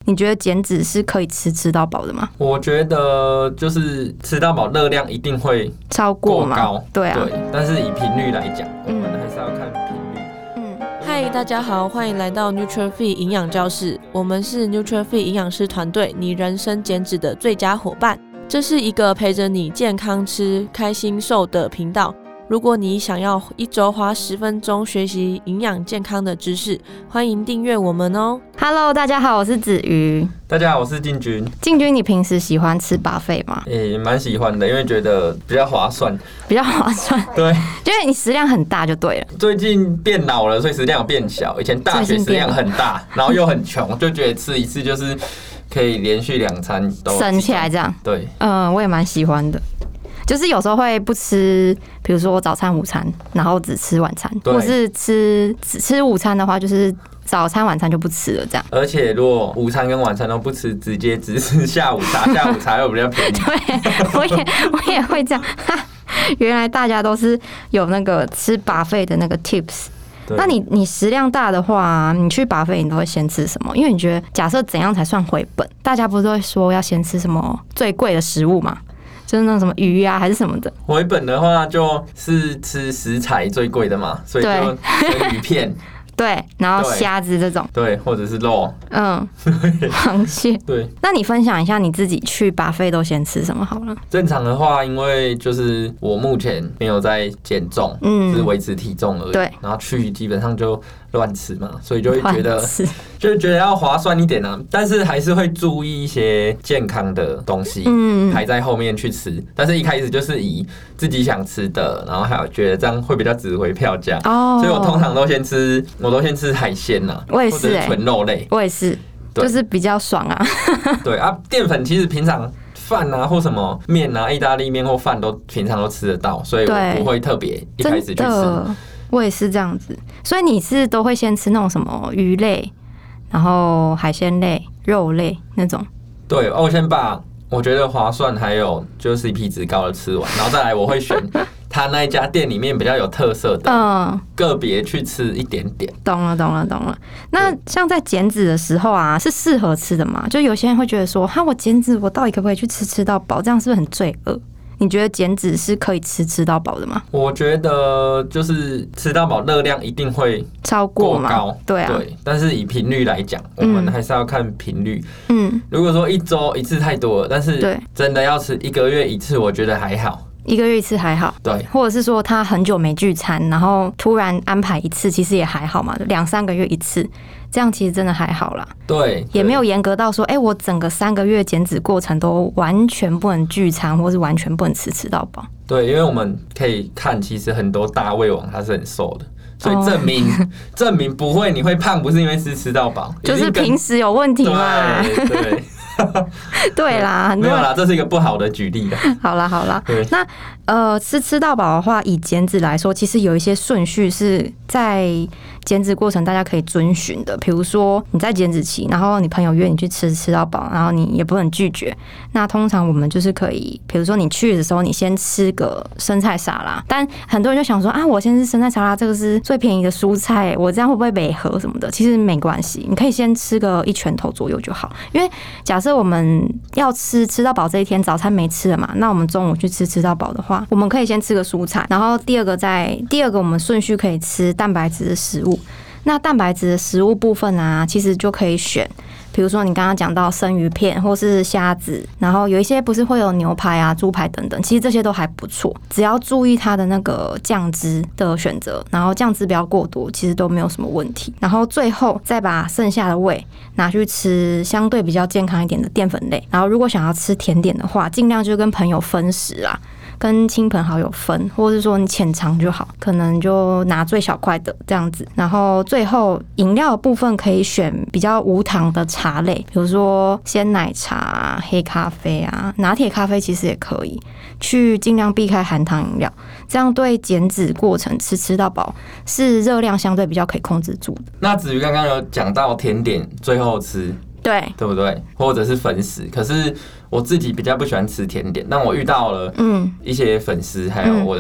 你觉得减脂是可以吃到饱的吗？ 我觉得就是吃到饱热量一定会超过吗？ 高， 对啊， 对，但是以频率来讲，我们还是要看频率。 嗨，大家好，欢迎来到 NutriFit 营养教室，我们是 NutriFit 营养师团队，你人生减脂的最佳伙伴。这是一个陪着你健康吃、开心瘦的频道。如果你想要一周花10分钟学习营养健康的知识，欢迎订阅我们哦。 Hello， 大家好，我是子瑜。 大家好，我是进军。 进军，你平时喜欢吃 buffet 吗？ 蛮喜欢的，因为觉得比较划算。 比较划算。 对， 就是你食量很大就对了。 最近变老了，所以食量有变小。以前大学食量很大，然后又很穷，就觉得吃一次就是可以连续2餐都省起来这样。 对， 我也蛮喜欢的。就是有时候会不吃，比如说早餐、午餐，然后只吃晚餐，或是只吃午餐的话，就是早餐、晚餐就不吃了这样。 而且如果午餐跟晚餐都不吃，直接只吃下午茶，下午茶又比较便宜。 对，我也会这样。原来大家都是有那个吃 buffet 的那个 tips。那你食量大的话，你去 buffet 你都会先吃什么？因为你觉得假设怎样才算回本？大家不是都会说要先吃什么最贵的食物嘛？就是那种什么鱼啊，还是什么的。 回本的话，就是吃食材最贵的嘛，所以就生鱼片。 对，然后虾子这种。 对，或者是肉。 螃蟹。 对。 那你分享一下你自己去 buffet 都先吃什么好了？ 正常的话，因为就是我目前没有在减重，是维持体重而已。对。然后去基本上就乱吃嘛，所以就会觉得就是觉得要划算一点啊，但是还是会注意一些健康的东西，排在后面去吃。但是一开始就是以自己想吃的，然后还有觉得这样会比较值回票价，所以我通常都先吃海鲜呐， 我也是， 或者是纯肉类， 我也是，就是比较爽啊。 对啊，淀粉其实平常饭啊或什么面啊，意大利面或饭都平常都吃得到，所以我不会特别一开始去吃。 我也是这样子，所以你是都会先吃那种什么鱼类，然后海鲜类、肉类那种。对， 我先把我觉得划算还有就是 CP 值高的吃完，然后再来我会选他那一家店里面比较有特色的，个别去吃一点点。 懂了。那像在减脂的时候啊，是适合吃的吗？就有些人会觉得说，我减脂，我到底可不可以去吃到饱？这样是不是很罪恶？你觉得减脂是可以吃到饱的吗？ 我觉得就是吃到饱热量一定会超过高，对啊。 对，但是以频率来讲，我们还是要看频率。如果说1周1次太多了，但是真的要吃1个月1次，我觉得还好。 1个月1次还好， 对， 或者是说他很久没聚餐，然后突然安排1次，其实也还好嘛，2、3个月1次，这样其实真的还好啦。 对， 也没有严格到说，我整个3个月减脂过程都完全不能聚餐，或是完全不能吃到饱。 对，因为我们可以看，其实很多大胃王他是很瘦的，所以证明不会你会胖，不是因为吃到饱， 就是平时有问题嘛。 对。 对啦， 没有啦，这是一个不好的举例啦。 好啦，那吃到饱的话，以减脂来说，其实有一些顺序是在减脂过程大家可以遵循的。比如说你在减脂期，然后你朋友约你去吃到饱，然后你也不能拒绝。那通常我们就是可以，比如说你去的时候，你先吃个生菜沙拉。但很多人就想说我先吃生菜沙拉，这个是最便宜的蔬菜，我这样会不会违和什么的？其实没关系，你可以先吃个1拳头左右就好。因为假设我们要吃到饱这一天早餐没吃了嘛，那我们中午去吃到饱的话，我们可以先吃个蔬菜，然后第二个我们顺序可以吃蛋白质的食物。那蛋白质的食物部分啊，其实就可以选，比如说你刚刚讲到生鱼片或是虾子，然后有一些不是会有牛排啊、猪排等等，其实这些都还不错，只要注意它的那个酱汁的选择，然后酱汁不要过多，其实都没有什么问题。然后最后再把剩下的胃拿去吃相对比较健康一点的淀粉类，然后如果想要吃甜点的话，尽量就跟朋友分食啦。跟亲朋好友分，或是说你浅尝就好，可能就拿最小块的这样子。然后最后饮料的部分可以选比较无糖的茶类，比如说鲜奶茶、黑咖啡啊、拿铁咖啡，其实也可以去尽量避开含糖饮料，这样对减脂过程吃到饱是热量相对比较可以控制住的。 那至于刚刚有讲到甜点最后吃，对不对？或者是粉食，可是我自己比较不喜欢吃甜点，但我遇到了一些粉丝，还有我的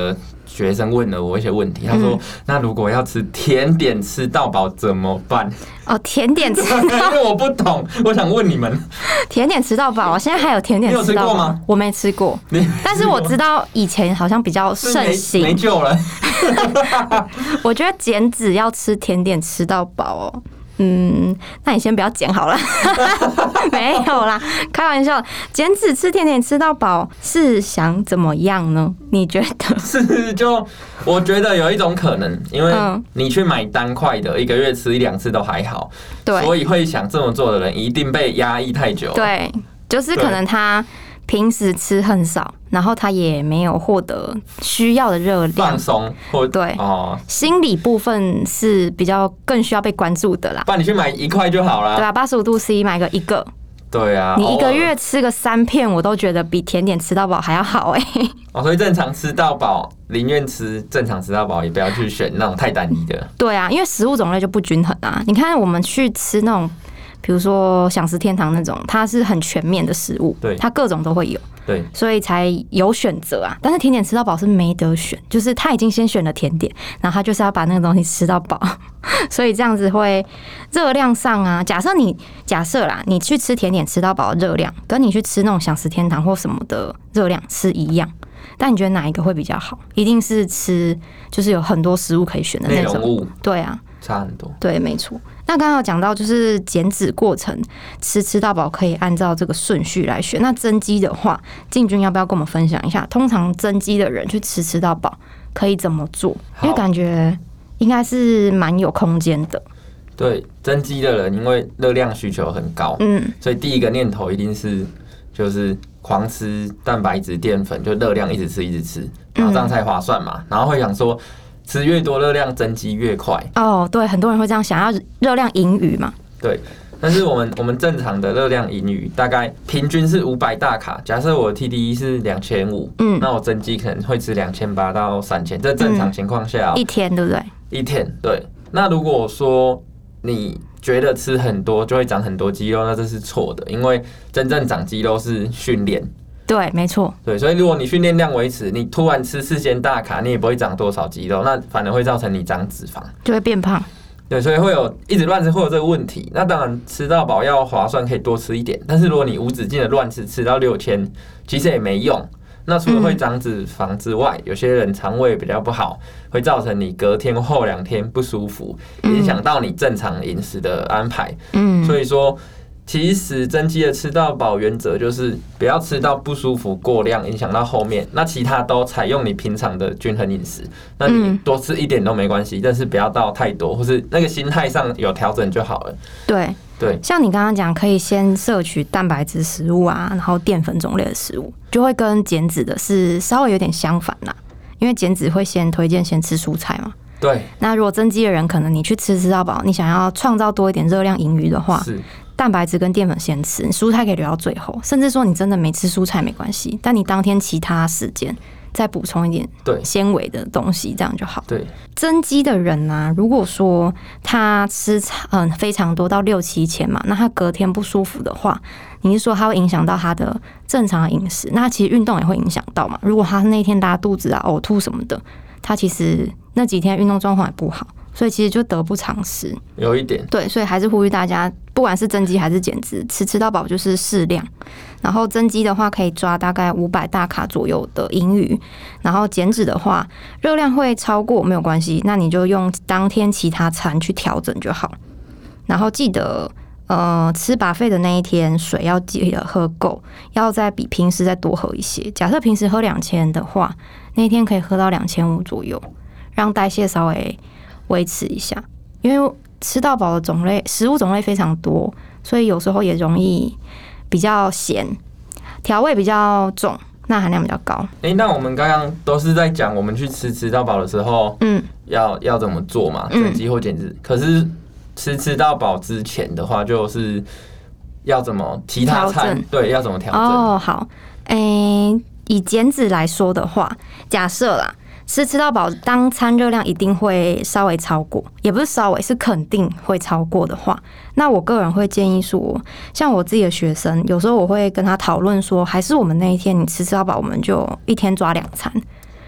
学生问了我一些问题，他说：“那如果要吃甜点吃到饱怎么办？” 哦，甜点吃到饱， 因为我不懂，我想问你们， 甜点吃到饱，现在还有甜点吃到饱？ 你有吃过吗？ 我没吃过，但是我知道以前好像比较盛行， 没救了。 我觉得减脂要吃甜点吃到饱哦。那你先不要减好了，没有啦，开玩笑。减脂吃甜点吃到饱是想怎么样呢？你觉得？ 是我觉得有一种可能，因为你去买单块的，一个月吃1-2次都还好，对，所以会想这么做的人一定被压抑太久了。 对，就是可能他平时吃很少，然后他也没有获得需要的热量， 放松或对心理部分是比较更需要被关注的啦。 不然你去买1块就好了。 对啊，85度 C 买个1个。对啊，你1个月吃个3片，我都觉得比甜点吃到饱还要好所以正常吃到饱，宁愿吃正常吃到饱，也不要去选那种太单一的。 对啊，因为食物种类就不均衡啊。你看我们去吃那种。比如说享食天堂那种，它是很全面的食物，对，它各种都会有，对，所以才有选择啊。但是甜点吃到饱是没得选，就是他已经先选了甜点，然后他就是要把那个东西吃到饱，所以这样子会热量上啊。假设啦，你去吃甜点吃到饱的热量，跟你去吃那种享食天堂或什么的热量是一样，但你觉得哪一个会比较好？一定是吃就是有很多食物可以选的那种，内容物，对啊， 差很多， 对，没错。那刚刚有讲到，就是减脂过程吃到饱可以按照这个顺序来选。那增肌的话，进军要不要跟我们分享一下？通常增肌的人去吃到饱可以怎么做？因为感觉应该是蛮有空间的。 对，增肌的人因为热量需求很高，所以第一个念头一定是就是狂吃蛋白质、淀粉，就热量一直吃，然后这样才划算嘛。然后会想说。吃越多热量增肌越快对，很多人会这样想要热量盈余嘛。 对，但是我们正常的热量盈余大概平均是500大卡。假设我 TDE 是2500，那我增肌可能会吃2800到3000，这正常情况下一天对不对？ 一天对。那如果说你觉得吃很多就会长很多肌肉，那这是错的，因为真正长肌肉是训练。 对，没错。 对，所以如果你训练量维持，你突然吃4000大卡，你也不会长多少肌肉，那反而会造成你长脂肪， 就会变胖。 对，所以会有一直乱吃，会有这个问题。那当然吃到饱要划算，可以多吃一点。但是如果你无止境的乱吃，吃到6000，其实也没用。那除了会长脂肪之外，有些人肠胃比较不好，会造成你隔天或后2天不舒服，影响到你正常饮食的安排。所以说。其实增肌的吃到饱原则就是不要吃到不舒服过量，影响到后面。那其他都采用你平常的均衡饮食，那你多吃一点都没关系，但是不要到太多，或是那个心态上有调整就好了。对， 像你刚刚讲，可以先摄取蛋白质食物啊，然后淀粉种类的食物，就会跟减脂的是稍微有点相反啦。因为减脂会先推荐先吃蔬菜嘛。 对。 那如果增肌的人，可能你去吃到饱，你想要创造多一点热量盈余的话，是。蛋白质跟淀粉先吃，蔬菜可以留到最后，甚至说你真的没吃蔬菜没关系，但你当天其他时间再补充一点纤维的东西，这样就好。对，增肌的人啊，如果说他吃非常多到6-7千嘛，那他隔天不舒服的话，你是说他会影响到他的正常的饮食？那其实运动也会影响到嘛。如果他那天拉肚子啊、呕吐什么的，他其实那几天运动状况也不好。所以其实就得不偿失， 有一点对，所以还是呼吁大家，不管是增肌还是减脂，吃到饱就是适量。然后增肌的话，可以抓大概500大卡左右的盈余，然后减脂的话，热量会超过没有关系，那你就用当天其他餐去调整就好。然后记得吃buffet的那一天，水要记得喝够，要再比平时再多喝一些。假设平时喝2000的话，那一天可以喝到2500左右，让代谢稍微维持一下，因为吃到饱的食物种类非常多，所以有时候也容易比较咸，调味比较重，钠含量比较高。 那我们刚刚都是在讲我们去吃到饱的时候，要怎么做嘛，增肌或减脂。可是吃到饱之前的话，就是要怎么其他餐对要怎么调整？ 好，以减脂来说的话，假设啦。吃到饱，当餐热量一定会稍微超过，也不是稍微，是肯定会超过的话，那我个人会建议说，像我自己的学生，有时候我会跟他讨论说，还是我们那一天你吃到饱，我们就一天抓2餐，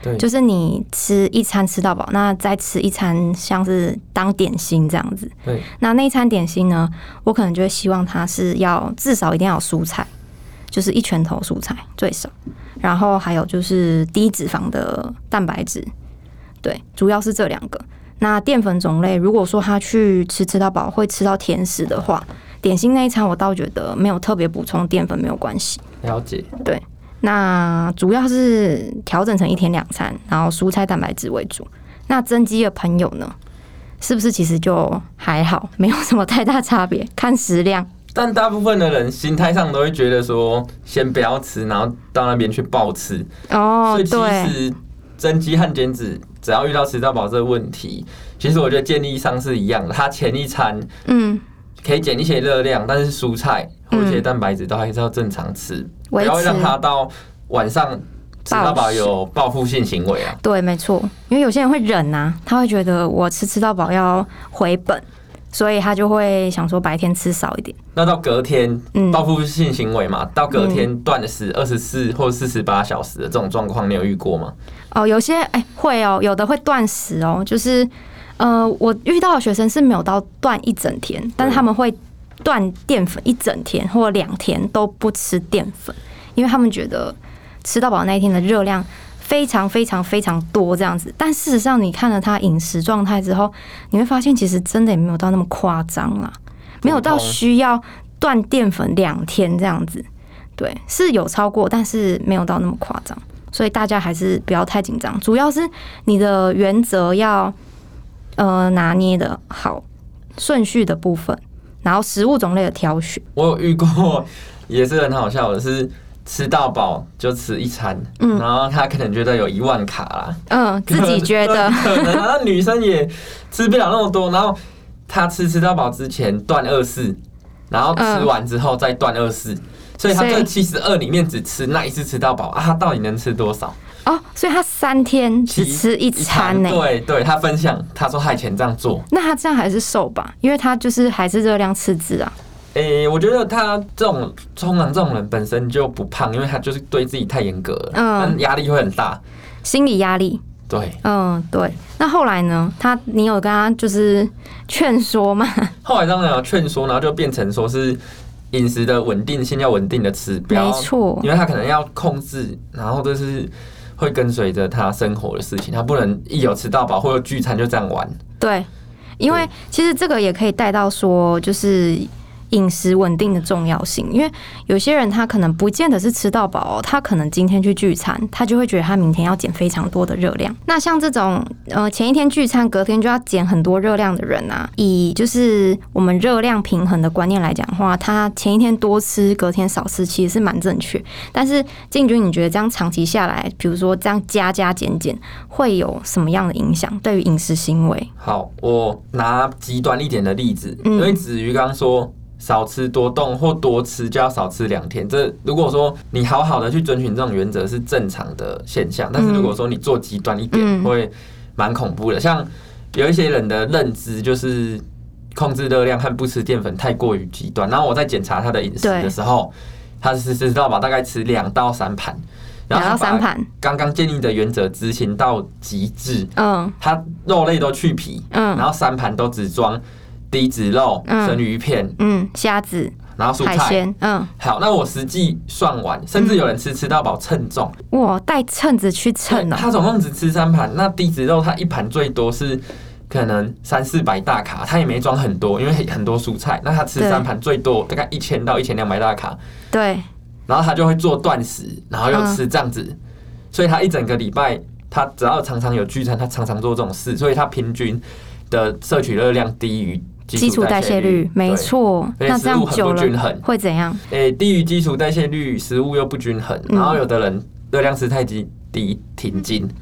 对， 就是你吃一餐吃到饱，那再吃一餐像是当点心这样子。 对， 那一餐点心呢，我可能就会希望它是要至少一定要有蔬菜，就是1拳头蔬菜最少，然后还有就是低脂肪的蛋白质，对，主要是这2个。那淀粉种类，如果说他去吃到饱会吃到甜食的话，点心那一餐我倒觉得没有特别补充淀粉没有关系。 了解， 对。那主要是调整成1天2餐，然后蔬菜蛋白质为主。那增肌的朋友呢，是不是其实就还好，没有什么太大差别，看食量。 但大部分的人心态上都会觉得说，先不要吃，然后到那边去暴吃。 哦， 所以其实增肌和减脂，只要遇到吃到饱这个问题，其实我觉得建议上是一样的。他前一餐，可以减一些热量，但是蔬菜或一些蛋白质都还是要正常吃，不要让他到晚上吃到饱有报复性行为啊。 对，没错，因为有些人会忍啊，他会觉得我吃到饱要回本，所以他就会想说白天吃少一点。 那到隔天报复性行为嘛，到隔天断食24或48小时的这种状况，你有遇过吗？ 哦，有些会哦，有的会断食哦，就是我遇到的学生是没有到断1整天，但是他们会断淀粉1整天或2天都不吃淀粉，因为他们觉得吃到饱那一天的热量非常非常非常多这样子。但事实上，你看了他饮食状态之后，你会发现其实真的也没有到那么夸张啦，没有到需要断淀粉2天这样子。对，是有超过，但是没有到那么夸张，所以大家还是不要太紧张。主要是你的原则要拿捏的好，顺序的部分，然后食物种类的挑选。 我有遇过，也是很好笑的是。吃到饱就吃1餐，然后他可能觉得有1万卡啦， 自己觉得可能，然后女生也吃不了那么多，然后他吃到饱之前断24，然后吃完之后再断24，所以他这72里面只吃那一次吃到饱啊，他到底能吃多少？ 哦，所以他3天只吃1餐呢？ 对，他分享，他说他以前这样做， 那他这样还是瘦吧？因为他就是还是热量赤字啊。 我觉得他通常这种人本身就不胖，因为他就是对自己太严格了，压力会很大， 心理压力。 对， 对。那后来呢？你有跟他就是劝说吗？ 后来当然有劝说，然后就变成说是饮食的稳定性要稳定的吃，不要， 没错， 因为他可能要控制，然后这是会跟随着他生活的事情，他不能一有吃到饱或者聚餐就这样玩。 对，因为其实这个也可以带到说，就是饮食稳定的重要性，因为有些人他可能不见得是吃到饱，他可能今天去聚餐，他就会觉得他明天要减非常多的热量。那像这种前一天聚餐，隔天就要减很多热量的人啊，以就是我们热量平衡的观念来讲的话，他前一天多吃，隔天少吃，其实是蛮正确。但是进军，你觉得这样长期下来，比如说这样加减减，会有什么样的影响对于饮食行为？ 好，我拿极端一点的例子，因为子瑜刚说。少吃多动或多吃就要少吃2天，这如果说你好好的去遵循这种原则是正常的现象，但是如果说你做极端一点，会蛮恐怖的。像有一些人的认知就是控制热量和不吃淀粉太过于极端，然后我在检查他的饮食的时候，他是知道吧，大概吃2到3盘。然后他把刚刚建议的原则执行到极致，他肉类都去皮，然后3盘都只装低脂肉、生鱼片、 虾子， 然后蔬菜、 海鲜， 好，那我实际算完，甚至有人吃到饱称重， 哇，带秤子去称哦。 他总共只吃3盘，那低脂肉他1盘最多是可能300-400大卡，他也没装很多，因为很多蔬菜，那他吃3盘最多大概1000到1200大卡， 对， 然后他就会做断食，然后又吃这样子，所以他一整个礼拜，他只要常常有聚餐，他常常做这种事，所以他平均的摄取热量低于基础代谢率， 没错。那这样久了会怎样？ 低于基础代谢率，食物又不均衡，然后有的人热量吃太低停经， 对，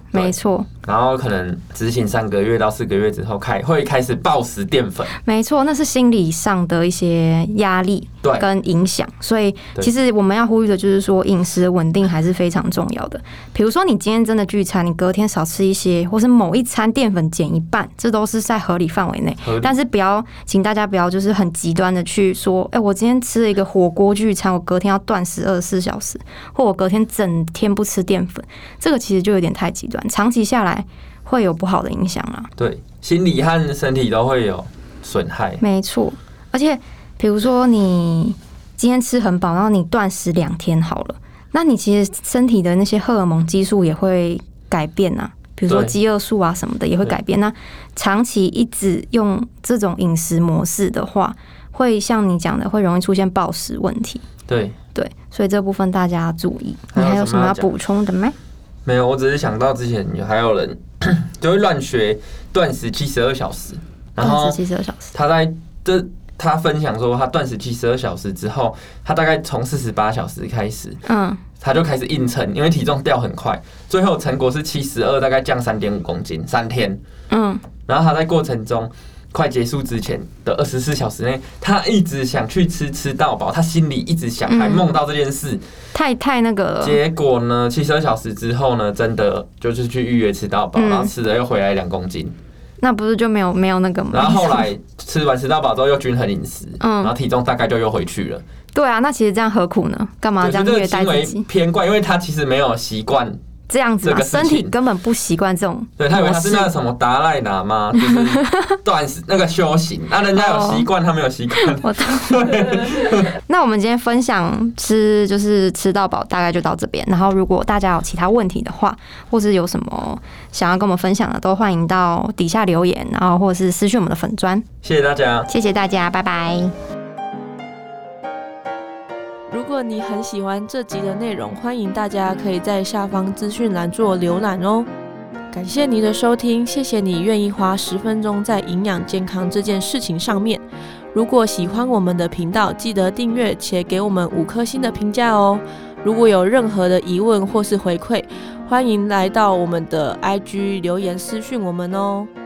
没错。 然后可能执行3个月到4个月之后，会开始暴食淀粉。 没错，那是心理上的一些压力跟影响。所以其实我们要呼吁的就是说，饮食的稳定还是非常重要的。比如说你今天真的聚餐，你隔天少吃一些，或是某一餐淀粉减一半，这都是在合理范围内。但是请大家不要就是很极端的去说，我今天吃了一个火锅聚餐，我隔天要断食24小时，或我隔天整天不吃淀粉，这个其实就有点太极端，长期下来会有不好的影响啦。 对，心理和身体都会有损害。 没错，而且比如说你今天吃很饱，然后你断食2天好了，那你其实身体的那些荷尔蒙激素也会改变啊，比如说饥饿素啊什么的也会改变。那长期一直用这种饮食模式的话，会像你讲的，会容易出现暴食问题。 对， 所以这部分大家要注意。你还有什么要补充的吗？ 没有，我只是想到之前还有人就会乱学断食72小时，然后他分享说，他断食72小时之后，他大概从48小时开始，他就开始硬撑，因为体重掉很快，最后成果是72，大概降3.5公斤，3天。然后他在过程中快结束之前的24小时内，他一直想去吃到饱，他心里一直想，还梦到这件事， 太那个了。 结果呢，72小时之后呢，真的就是去预约吃到饱，然后吃的又回来2公斤。 那不是就没有那个吗？ 然后后来吃完吃到饱之后又均衡饮食，然后体重大概就又回去了。 对啊，那其实这样何苦呢？干嘛这样虐待自己？ 这个行为偏怪，因为他其实没有习惯这样子嘛，身体根本不习惯这种。 对，他以为他是那个什么达赖喇嘛，就是断食那个修行，那人家有习惯，他没有习惯。 我懂。那我们今天分享就是吃到饱，大概就到这边。然后如果大家有其他问题的话，或是有什么想要跟我们分享的，都欢迎到底下留言，然后或者是私讯我们的粉专。 谢谢大家， 谢谢大家，拜拜。 如果你很喜欢这集的内容，欢迎大家可以在下方资讯栏做浏览哦。感谢你的收听，谢谢你愿意花10分钟在营养健康这件事情上面。如果喜欢我们的频道，记得订阅且给我们5颗星的评价哦。如果有任何的疑问或是回馈，欢迎来到我们的 IG 留言私讯我们哦。